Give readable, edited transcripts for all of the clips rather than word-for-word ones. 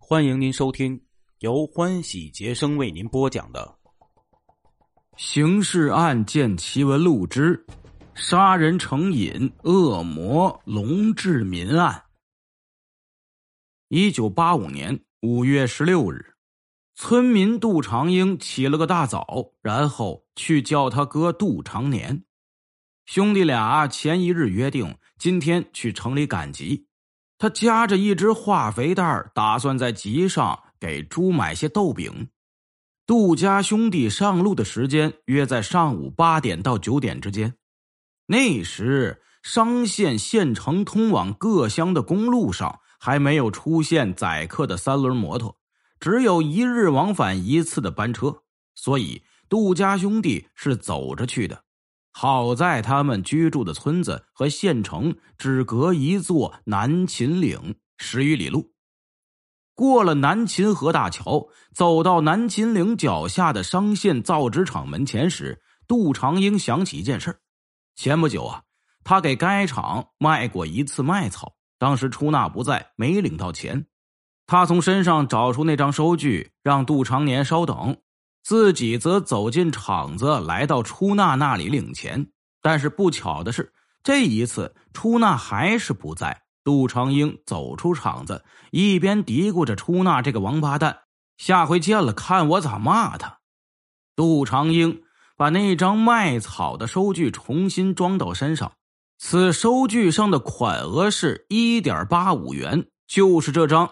欢迎您收听由欢喜杰生为您播讲的刑事案件奇闻录之杀人成瘾恶魔龙志民案。1985年5月16日，村民杜长英起了个大早，然后去叫他哥杜长年。兄弟俩前一日约定今天去城里赶集，他夹着一只化肥袋，打算在集上给猪买些豆饼。杜家兄弟上路的时间约在上午8点到9点之间。那时商县县城通往各乡的公路上还没有出现载客的3轮摩托，只有一日往返1次的班车，所以杜家兄弟是走着去的。好在他们居住的村子和县城只隔一座南秦岭10余里路。过了南秦河大桥，走到南秦岭脚下的商县造纸厂门前时，杜长英想起一件事。前不久他给该厂卖过一次麦草，当时出纳不在，没领到钱。他从身上找出那张收据，让杜长年稍等，自己则走进厂子，来到出纳那里领钱。但是不巧的是，这一次出纳还是不在。杜长英走出厂子，一边嘀咕着出纳这个王八蛋，下回见了看我咋骂他。杜长英把那张卖草的收据重新装到身上，此收据上的款额是 1.85 元，就是这张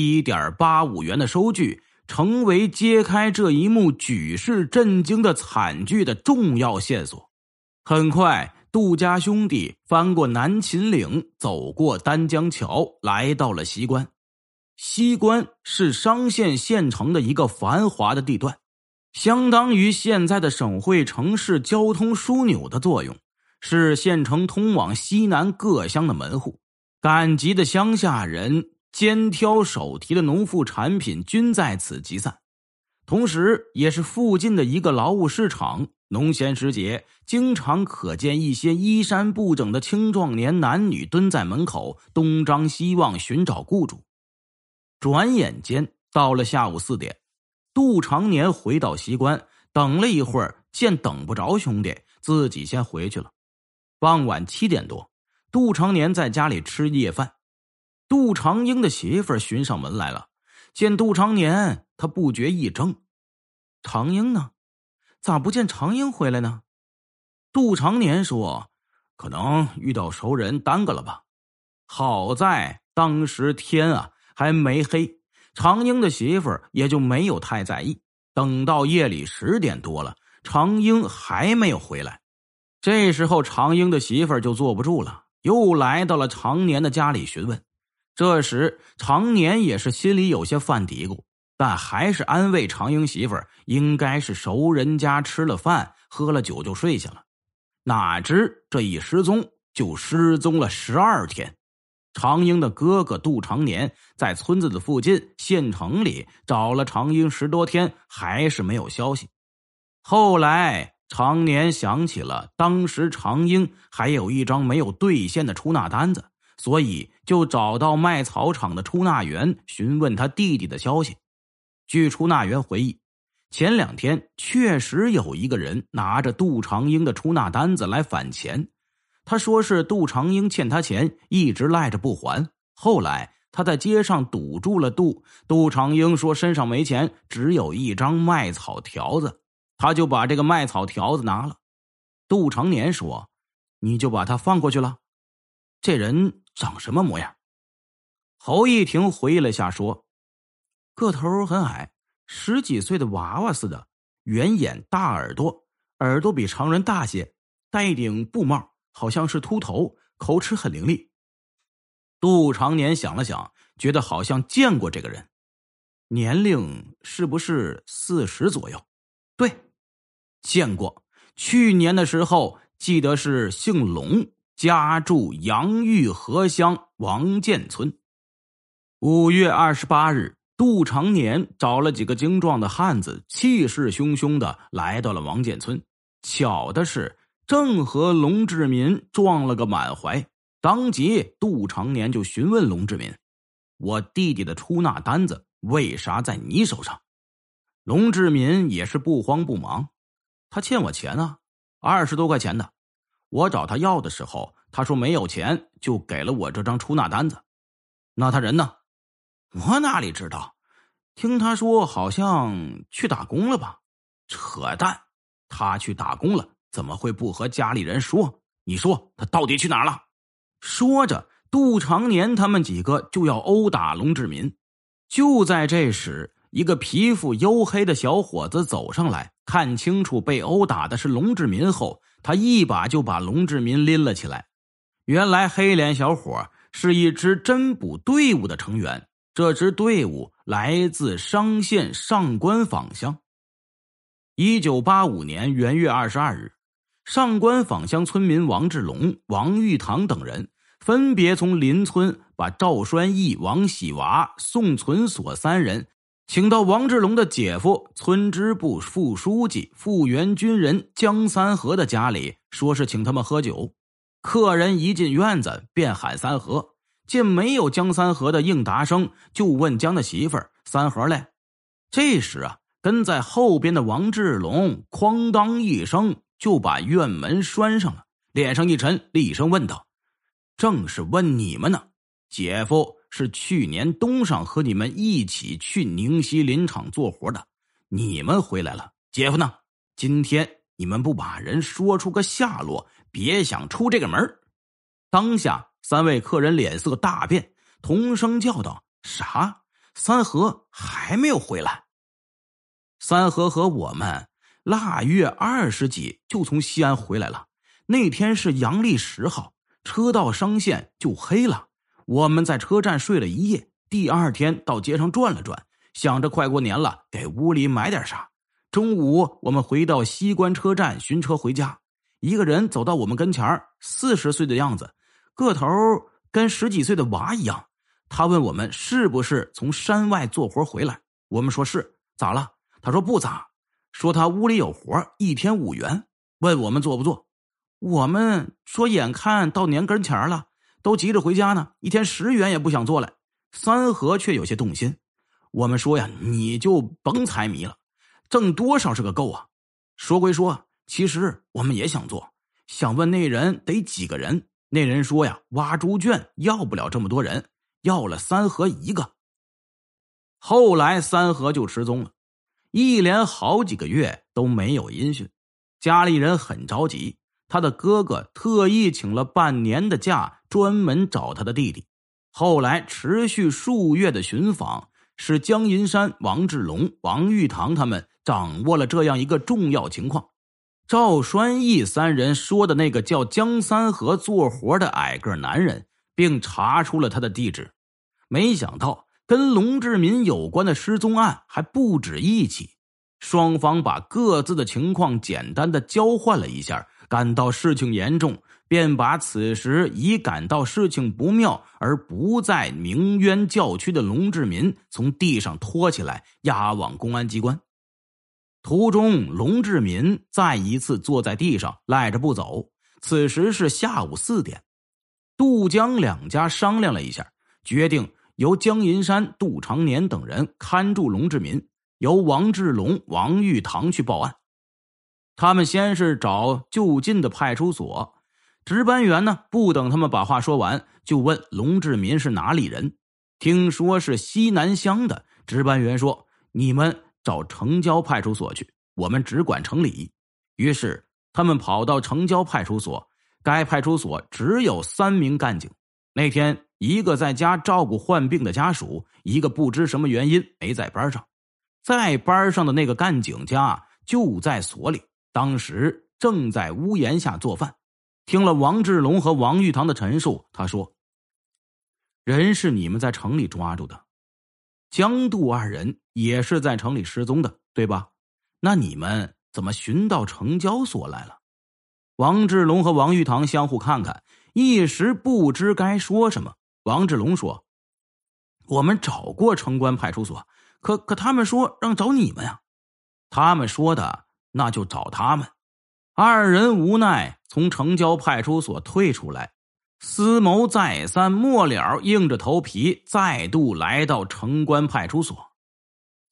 1.85 元的收据成为揭开这一幕举世震惊的惨剧的重要线索。很快杜家兄弟翻过南秦岭，走过丹江桥，来到了西关。西关是商县县城的一个繁华的地段，相当于现在的省会城市交通枢纽的作用，是县城通往西南各乡的门户。赶集的乡下人，肩挑手提的农副产品均在此集散，同时也是附近的一个劳务市场。农闲时节，经常可见一些衣衫不整的青壮年男女蹲在门口，东张西望寻找雇主。转眼间到了下午4点，杜长年回到西关，等了一会儿，见等不着兄弟，自己先回去了。傍晚7点多，杜长年在家里吃夜饭。杜长英的媳妇儿寻上门来了，见杜长年，他不觉一怔：长英呢？咋不见长英回来呢？杜长年说：可能遇到熟人耽搁了吧。好在当时天还没黑，长英的媳妇儿也就没有太在意。等到夜里10点多了，长英还没有回来。这时候长英的媳妇儿就坐不住了，又来到了长年的家里询问。这时长年也是心里有些犯嘀咕，但还是安慰长英媳妇儿，应该是熟人家吃了饭喝了酒就睡下了。哪知这一失踪就失踪了12天。长英的哥哥杜长年在村子的附近县城里找了长英10多天，还是没有消息。后来长年想起了当时长英还有一张没有兑现的出纳单子，所以就找到卖草场的出纳员询问他弟弟的消息。据出纳员回忆，前2天确实有一个人拿着杜长英的出纳单子来返钱。他说是杜长英欠他钱，一直赖着不还。后来他在街上堵住了杜长英说身上没钱，只有一张卖草条子，他就把这个卖草条子拿了。杜长年说：你就把他放过去了？这人长什么模样？侯一婷回忆了下说：个头很矮，10几岁的娃娃似的，圆眼大耳朵，耳朵比常人大些，戴一顶布帽，好像是秃头，口齿很伶俐。杜长年想了想，觉得好像见过这个人，年龄是不是40左右？对，见过。去年的时候记得是姓龙，家住杨玉河乡王建村。5月28日，杜长年找了几个精壮的汉子，气势汹汹的来到了王建村。巧的是，正和龙志民撞了个满怀。当即杜长年就询问龙志民：我弟弟的出纳单子为啥在你手上？龙志民也是不慌不忙，他欠我钱啊，20多块钱的。我找他要的时候，他说没有钱，就给了我这张出纳单子。那他人呢？我哪里知道，听他说好像去打工了吧。扯淡，他去打工了，怎么会不和家里人说？你说他到底去哪儿了？说着，杜长年他们几个就要殴打龙志民。就在这时，一个皮肤黝黑的小伙子走上来，看清楚被殴打的是龙志民后，他一把就把龙志民拎了起来。原来黑脸小伙是一支侦捕队伍的成员，这支队伍来自商县上官坊乡。1985年元月22日，上官坊乡村民王志龙、王玉堂等人分别从邻村把赵栓义、王喜娃、宋存锁3人请到王志龙的姐夫、村支部副书记、复员军人江三河的家里，说是请他们喝酒。客人一进院子便喊三河，见没有江三河的应答声，就问江的媳妇儿三河嘞。这时啊，跟在后边的王志龙哐当一声就把院门拴上了，脸上一沉，厉声问道：正是问你们呢，姐夫是去年冬上和你们一起去宁西林场做活的，你们回来了，姐夫呢？今天你们不把人说出个下落，别想出这个门。当下3位客人脸色大变，同声叫道：啥？三河还没有回来？三河和我们腊月20几就从西安回来了，那天是阳历10号，车到商县就黑了，我们在车站睡了一夜，第2天到街上转了转，想着快过年了，给屋里买点啥。中午我们回到西关车站寻车回家，一个人走到我们跟前，40岁的样子，个头跟10几岁的娃一样。他问我们是不是从山外做活回来，我们说是。咋了？他说不咋，说他屋里有活，1天5元，问我们做不做。我们说眼看到年跟前了，都急着回家呢，1天10元也不想做了。三河却有些动心，我们说呀，你就甭财迷了，挣多少是个够啊。说归说，其实我们也想做，想问那人得几个人。那人说呀，挖猪圈要不了这么多人，要了三河1个。后来三河就失踪了，一连好几个月都没有音讯，家里人很着急，他的哥哥特意请了半年的假，专门找他的弟弟。后来持续数月的寻访，使江银山、王志龙、王玉堂他们掌握了这样一个重要情况：赵栓义3人说的那个叫江三河做活的矮个男人，并查出了他的地址。没想到跟龙志民有关的失踪案还不止一起，双方把各自的情况简单的交换了一下，感到事情严重，便把此时已感到事情不妙而不在鸣冤叫屈的龙志民从地上拖起来，押往公安机关。途中龙志民再一次坐在地上赖着不走，此时是下午4点。杜江2家商量了一下，决定由江银山、杜长年等人看住龙志民，由王志龙、王玉堂去报案。他们先是找就近的派出所，值班员呢不等他们把话说完，就问龙志民是哪里人。听说是西南乡的，值班员说：你们找城郊派出所去，我们只管城里。于是他们跑到城郊派出所，该派出所只有3名干警。那天一个在家照顾患病的家属，一个不知什么原因没在班上。在班上的那个干警家就在所里，当时正在屋檐下做饭。听了王志龙和王玉堂的陈述，他说：人是你们在城里抓住的，江杜2人也是在城里失踪的，对吧？那你们怎么寻到城郊所来了？王志龙和王玉堂相互看看，一时不知该说什么。王志龙说：我们找过城关派出所，可他们说让找你们呀。他们说的，那就找他们。2人无奈从城郊派出所退出来，思谋再三，末了硬着头皮再度来到城关派出所。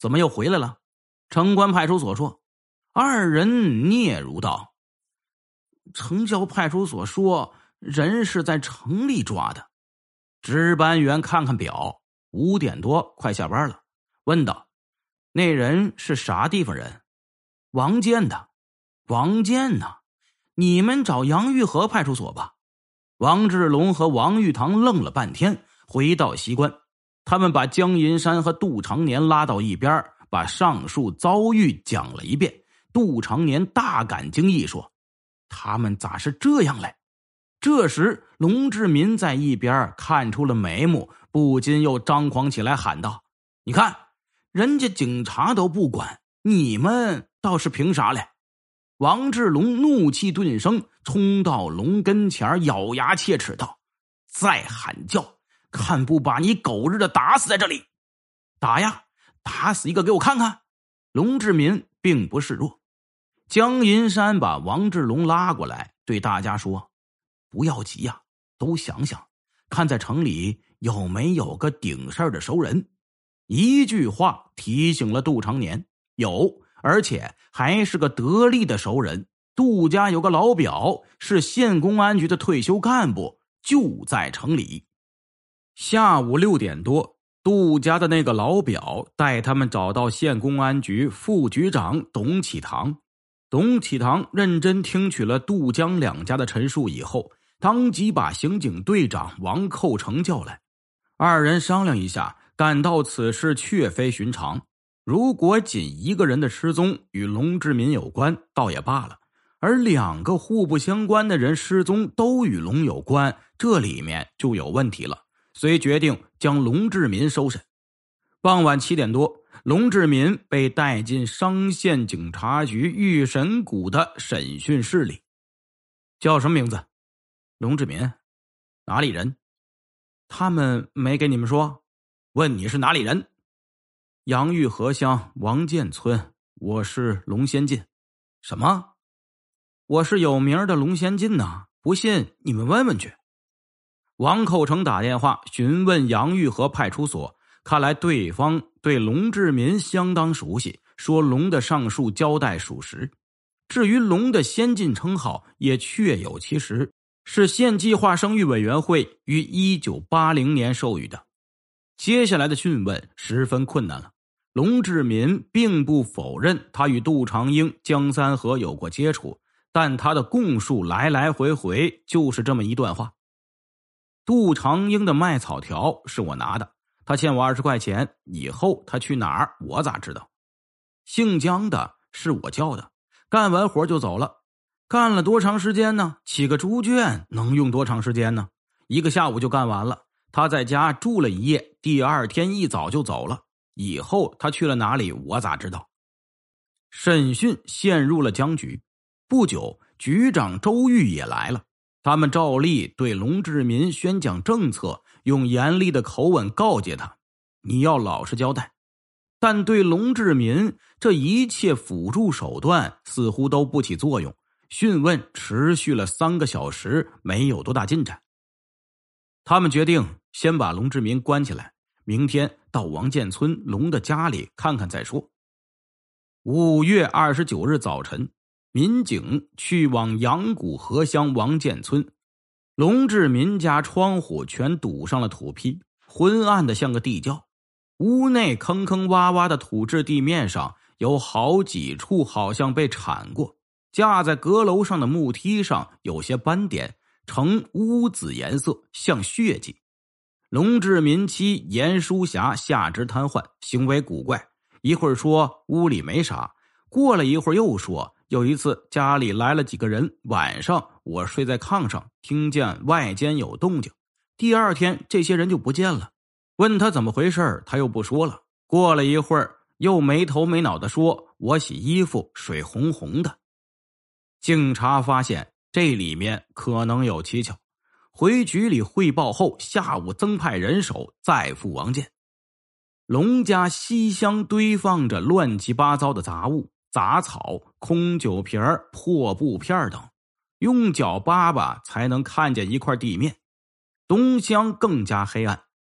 怎么又回来了？城关派出所说。二人嗫嚅道：城郊派出所说人是在城里抓的。值班员看看表，5点多，快下班了，问道：那人是啥地方人？王建的。王建呢？你们找杨玉和派出所吧。王志龙和王玉堂愣了半天，回到西关，他们把江银山和杜长年拉到一边，把上述遭遇讲了一遍。杜长年大感惊异说：他们咋是这样嘞？这时龙志民在一边看出了眉目，不禁又张狂起来，喊道：你看人家警察都不管，你们倒是凭啥嘞？王志龙怒气顿生，冲到龙跟前，咬牙切齿道：再喊叫，看不把你狗日的打死在这里！打呀，打死一个给我看看！龙志民并不示弱。江银山把王志龙拉过来，对大家说：不要急呀，都想想，看在城里有没有个顶事儿的熟人。一句话提醒了杜长年，有，而且还是个得力的熟人。杜家有个老表，是县公安局的退休干部，就在城里。下午6点多，杜家的那个老表带他们找到县公安局副局长董启堂。董启堂认真听取了杜江两家的陈述以后，当即把刑警队长王寇成叫来。二人商量一下，感到此事确非寻常。如果仅一个人的失踪与龙志民有关，倒也罢了，而2个互不相关的人失踪都与龙有关，这里面就有问题了，遂决定将龙志民收审。傍晚7点多，龙志民被带进商县警察局预审股的审讯室里。叫什么名字？龙志民。哪里人？他们没给你们说？问你是哪里人？杨玉河乡王建村，我是龙先进。什么？我是有名的龙先进呐，不信你们问问去。王寇成打电话询问杨玉河派出所，看来对方对龙志民相当熟悉，说龙的上述交代属实。至于龙的先进称号也确有其实，是县计划生育委员会于1980年授予的。接下来的讯问十分困难了。龙志民并不否认他与杜长英、江三河有过接触，但他的供述来来回回就是这么一段话：杜长英的卖草条是我拿的，他欠我20块钱，以后他去哪儿我咋知道？姓江的是我叫的，干完活就走了。干了多长时间呢？起个猪圈能用多长时间呢？1个下午就干完了。他在家住了1夜，第2天一早就走了。以后他去了哪里我咋知道？审讯陷入了僵局。不久，局长周玉也来了，他们照例对龙志民宣讲政策，用严厉的口吻告诫他：你要老实交代。但对龙志民这一切辅助手段似乎都不起作用，讯问持续了3个小时，没有多大进展。他们决定先把龙志民关起来，明天到王建村龙的家里看看再说。5月29日早晨，民警去往阳谷河乡王建村，龙志民家窗户全堵上了土坯，昏暗的像个地窖。屋内坑坑洼洼的土质地面上有好几处好像被铲过，架在阁楼上的木梯上有些斑点，呈乌紫颜色，像血迹。龙志民妻严淑霞下肢瘫痪，行为古怪，一会儿说屋里没啥，过了一会儿又说有一次家里来了几个人，晚上我睡在炕上，听见外间有动静，第2天这些人就不见了。问他怎么回事，他又不说了。过了一会儿又没头没脑地说我洗衣服水红红的。警察发现这里面可能有蹊跷，回局里汇报后，下午增派人手再赴王建。龙家西厢堆放着乱七八糟的杂物，杂草、空酒瓶、破布片等，用脚扒扒才能看见一块地面。东厢更加黑暗，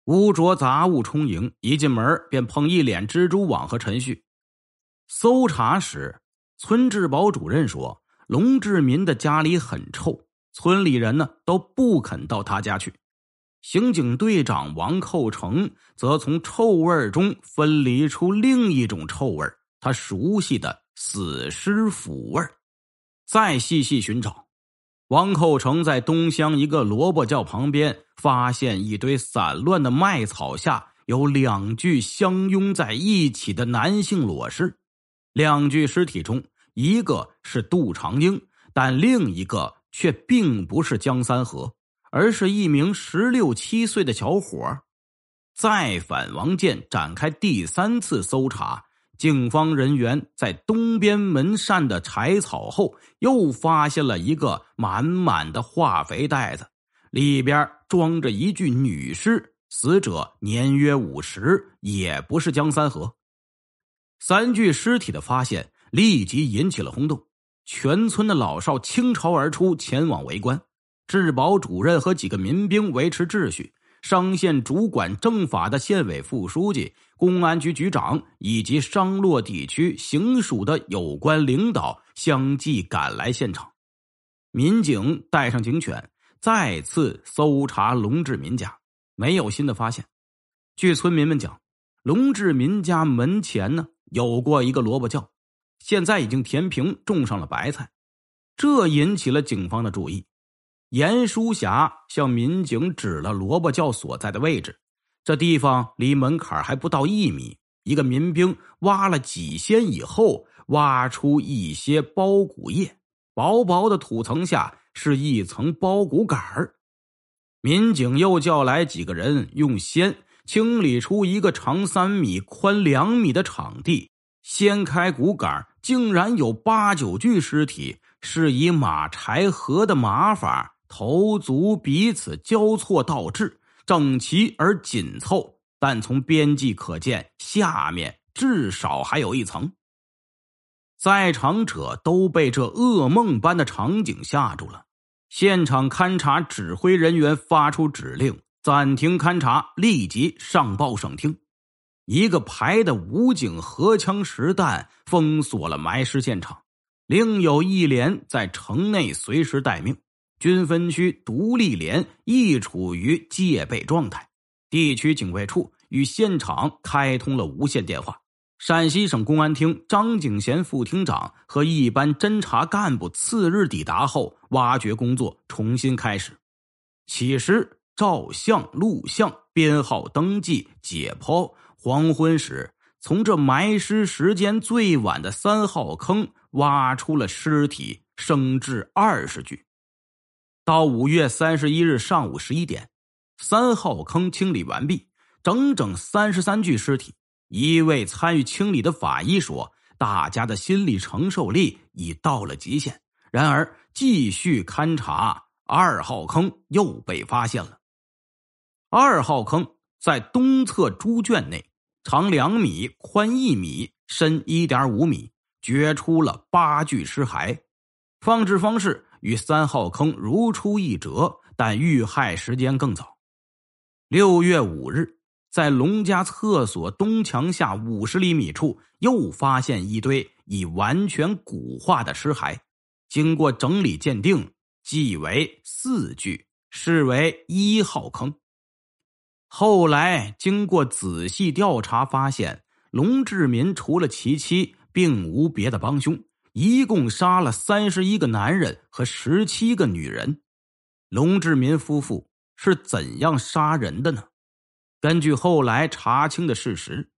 污浊杂物充盈，一进门便碰一脸蜘蛛网和陈旭。搜查时，村治保主任说龙志民的家里很臭，村里人呢都不肯到他家去。刑警队长王寇成则从臭味中分离出另一种臭味，他熟悉的死尸腐味。再细细寻找，王寇成在东乡一个萝卜窖旁边发现一堆散乱的麦草下有2具相拥在一起的男性裸尸。2具尸体中，一个是杜长英，但另一个却并不是江三河，而是一名16、17岁的小伙。再返王建展开第3次搜查，警方人员在东边门扇的柴草后又发现了一个满满的化肥袋子，里边装着一具女尸，死者年约50，也不是江三河。3具尸体的发现立即引起了轰动，全村的老少倾巢而出，前往围观。治保主任和几个民兵维持秩序，商县主管政法的县委副书记、公安局局长以及商洛地区行署的有关领导相继赶来现场。民警带上警犬，再次搜查龙志民家，没有新的发现。据村民们讲，龙志民家门前呢有过一个萝卜窖，现在已经填平，种上了白菜，这引起了警方的注意。严书霞向民警指了萝卜窖所在的位置，这地方离门槛还不到1米。一个民兵挖了几掀以后，挖出一些苞谷叶，薄薄的土层下是一层苞谷杆儿。民警又叫来几个人，用掀清理出一个长3米、宽2米的场地，掀开骨杆，竟然有8、9具尸体，是以马柴禾的马法，头足彼此交错倒置，整齐而紧凑，但从边际可见，下面至少还有1层。在场者都被这噩梦般的场景吓住了。现场勘查指挥人员发出指令，暂停勘查，立即上报省厅。一个排的武警荷枪实弹封锁了埋尸现场，另有1连在城内随时待命。军分区独立连亦处于戒备状态，地区警卫处与现场开通了无线电话。陕西省公安厅张景贤副厅长和一班侦查干部次日抵达后，挖掘工作重新开始。起尸、照相、录像、编号登记、解剖。黄昏时，从这埋尸时间最晚的3号坑挖出了尸体，升至20具。到5月31日上午11点，3号坑清理完毕，整整33具尸体。一位参与清理的法医说，大家的心理承受力已到了极限。然而继续勘查，2号坑又被发现了。2号坑在东侧猪圈内，长2米，宽1米，深1.5米，掘出了8具尸骸。放置方式与3号坑如出一辙，但遇害时间更早。6月5日，在龙家厕所东墙下50厘米处，又发现一堆已完全骨化的尸骸，经过整理鉴定，计为4具，视为1号坑。后来经过仔细调查发现，龙志民除了其妻，并无别的帮凶，一共杀了31个男人和17个女人。龙志民夫妇是怎样杀人的呢？根据后来查清的事实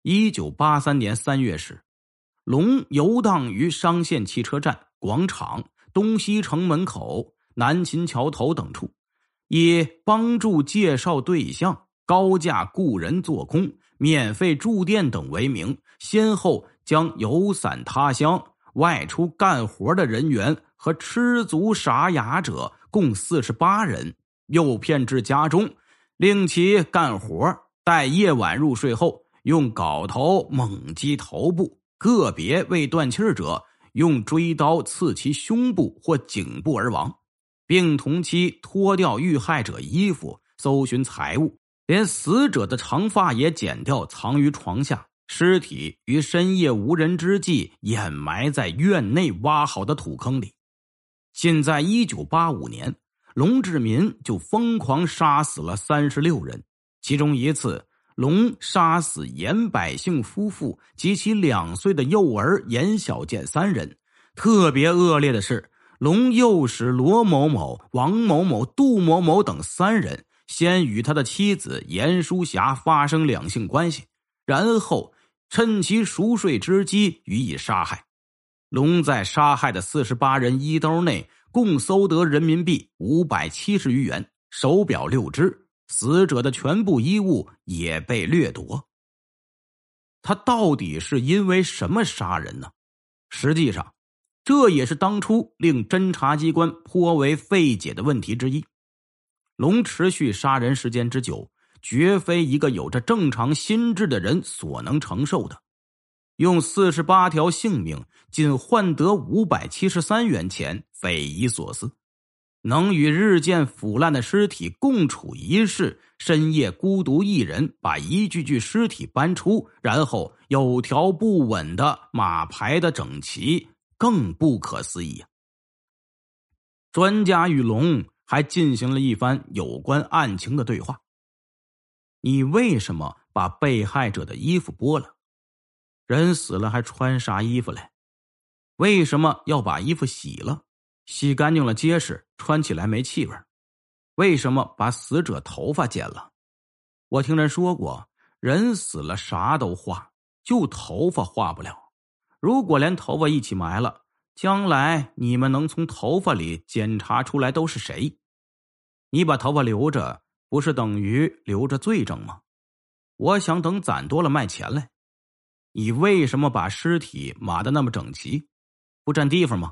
，1983年3月时，龙游荡于商县汽车站、广场、东西城门口、南秦桥头等处，以帮助介绍对象、高价雇人做工、免费住店等为名，先后将游散他乡、外出干活的人员和吃足傻哑者共48人，诱骗至家中，令其干活，待夜晚入睡后，用镐头猛击头部，个别未断气者用锥刀刺其胸部或颈部而亡，并同期脱掉遇害者衣服，搜寻财物， 连死者的长发也剪掉，藏于床下，尸体于深夜无人之际掩埋在院内挖好的土坑里。仅在1985年，龙志民就疯狂杀死了36人，其中一次，龙杀死严百姓夫妇及其2岁的幼儿严小健3人。特别恶劣的是，龙诱使罗某某、王某某、杜某某等3人先与他的妻子严淑霞发生两性关系，然后趁其熟睡之机予以杀害。龙在杀害的48人衣兜内共搜得人民币570余元，手表6只，死者的全部衣物也被掠夺。他到底是因为什么杀人呢？实际上，这也是当初令侦察机关颇为费解的问题之一。龙持续杀人时间之久，绝非一个有着正常心智的人所能承受的。用48条性命仅换得573元钱，匪夷所思。能与日渐腐烂的尸体共处一室，深夜孤独一人把一具具尸体搬出，然后有条不紊的码排的整齐，更不可思议。专家与龙还进行了一番有关案情的对话。你为什么把被害者的衣服剥了？人死了还穿啥衣服嘞？为什么要把衣服洗了？洗干净了结实，穿起来没气味。为什么把死者头发剪了？我听人说过，人死了啥都化，就头发化不了。如果连头发一起埋了，将来你们能从头发里检查出来都是谁？你把头发留着，不是等于留着罪证吗？我想等攒多了卖钱来。你为什么把尸体码得那么整齐？不占地方吗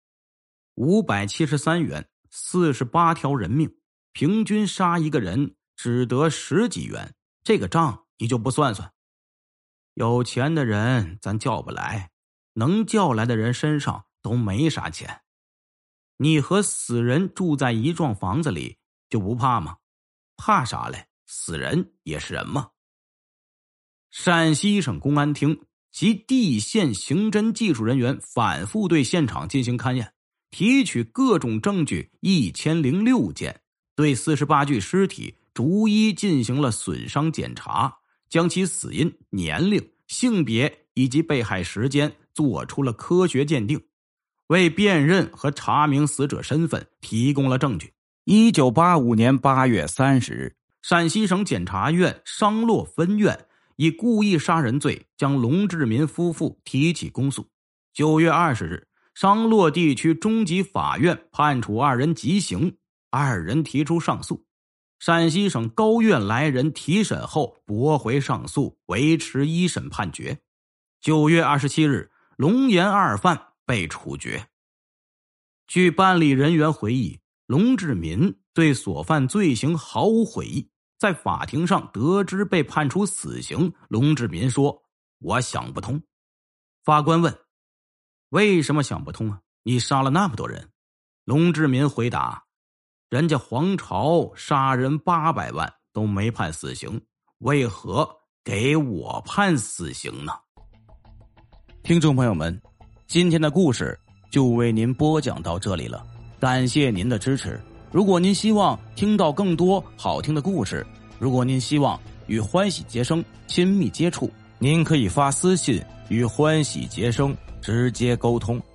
？573元，48条人命，平均杀一个人只得10几元，这个账你就不算算？有钱的人咱叫不来，能叫来的人身上都没啥钱。你和死人住在一幢房子里，就不怕吗？怕啥嘞？死人也是人嘛。陕西省公安厅及地县刑侦技术人员反复对现场进行勘验，提取各种证据1006件，对48具尸体逐一进行了损伤检查，将其死因、年龄、性别以及被害时间做出了科学鉴定，为辨认和查明死者身份提供了证据。 1985年8月30日， 陕西省检察院商洛分院以故意杀人罪将龙志民夫妇提起公诉。9月20日，商洛地区中级法院判处2人极刑，2人提出上诉。陕西省高院来人提审后驳回上诉，维持一审判决。9月27日，龙严2犯被处决。据办理人员回忆，龙志民对所犯罪行毫无悔意。在法庭上得知被判处死刑，龙志民说：“我想不通。”法官问：“为什么想不通啊？你杀了那么多人。”龙志民回答：“人家皇朝杀人800万都没判死刑，为何给我判死刑呢？” 听众朋友们，今天的故事就为您播讲到这里了，感谢您的支持。如果您希望听到更多好听的故事，如果您希望与欢喜杰生亲密接触，您可以发私信与欢喜杰生直接沟通。